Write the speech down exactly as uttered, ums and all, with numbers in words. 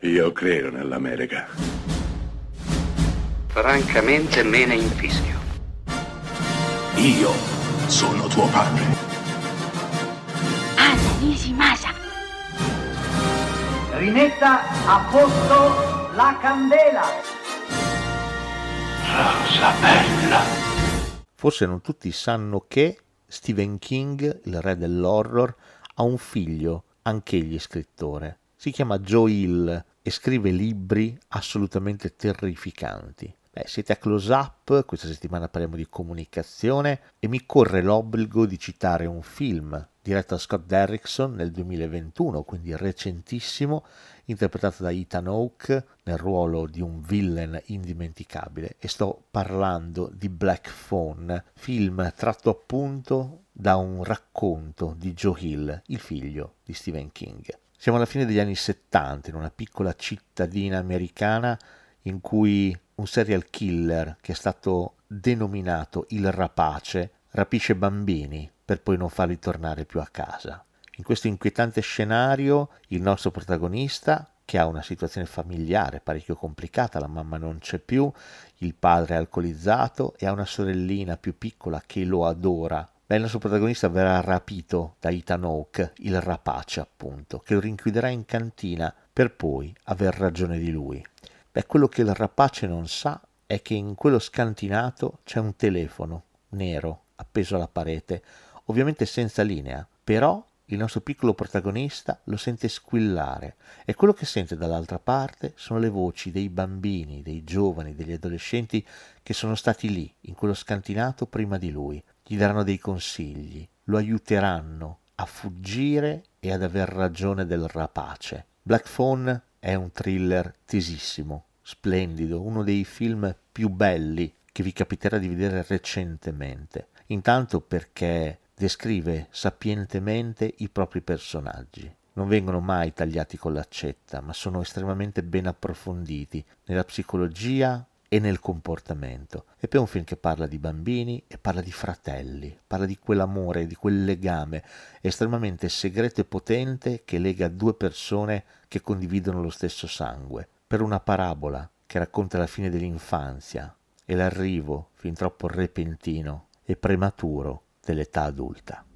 Io credo nell'America. Francamente me ne infischio. Io sono tuo padre. Anna Nishimasa. Rimetta a posto la candela. Rosa bella. Forse non tutti sanno che Stephen King, il re dell'horror, ha un figlio, anch'egli scrittore. Si chiama Joe Hill e scrive libri assolutamente terrificanti. Beh, siete a Close Up, questa settimana parliamo di comunicazione e mi corre l'obbligo di citare un film diretto da Scott Derrickson nel duemilaventuno, quindi recentissimo, interpretato da Ethan Hawke nel ruolo di un villain indimenticabile, e sto parlando di Black Phone, film tratto appunto da un racconto di Joe Hill, il figlio di Stephen King. Siamo alla fine degli anni settanta, in una piccola cittadina americana in cui un serial killer che è stato denominato il Rapace rapisce bambini per poi non farli tornare più a casa. In questo inquietante scenario il nostro protagonista, che ha una situazione familiare parecchio complicata, la mamma non c'è più, il padre è alcolizzato e ha una sorellina più piccola che lo adora. Beh, il nostro protagonista verrà rapito da Ethan Hawke, il Rapace appunto, che lo rinchiuderà in cantina per poi aver ragione di lui. Beh, quello che il Rapace non sa è che in quello scantinato c'è un telefono nero appeso alla parete, ovviamente senza linea, però il nostro piccolo protagonista lo sente squillare e quello che sente dall'altra parte sono le voci dei bambini, dei giovani, degli adolescenti che sono stati lì, in quello scantinato prima di lui. Gli daranno dei consigli, lo aiuteranno a fuggire e ad aver ragione del Rapace. Black Phone è un thriller tesissimo, splendido, uno dei film più belli che vi capiterà di vedere recentemente. Intanto perché descrive sapientemente i propri personaggi. Non vengono mai tagliati con l'accetta, ma sono estremamente ben approfonditi nella psicologia e nel comportamento. E poi è un film che parla di bambini e parla di fratelli, parla di quell'amore, di quel legame estremamente segreto e potente che lega due persone che condividono lo stesso sangue, per una parabola che racconta la fine dell'infanzia e l'arrivo fin troppo repentino e prematuro dell'età adulta.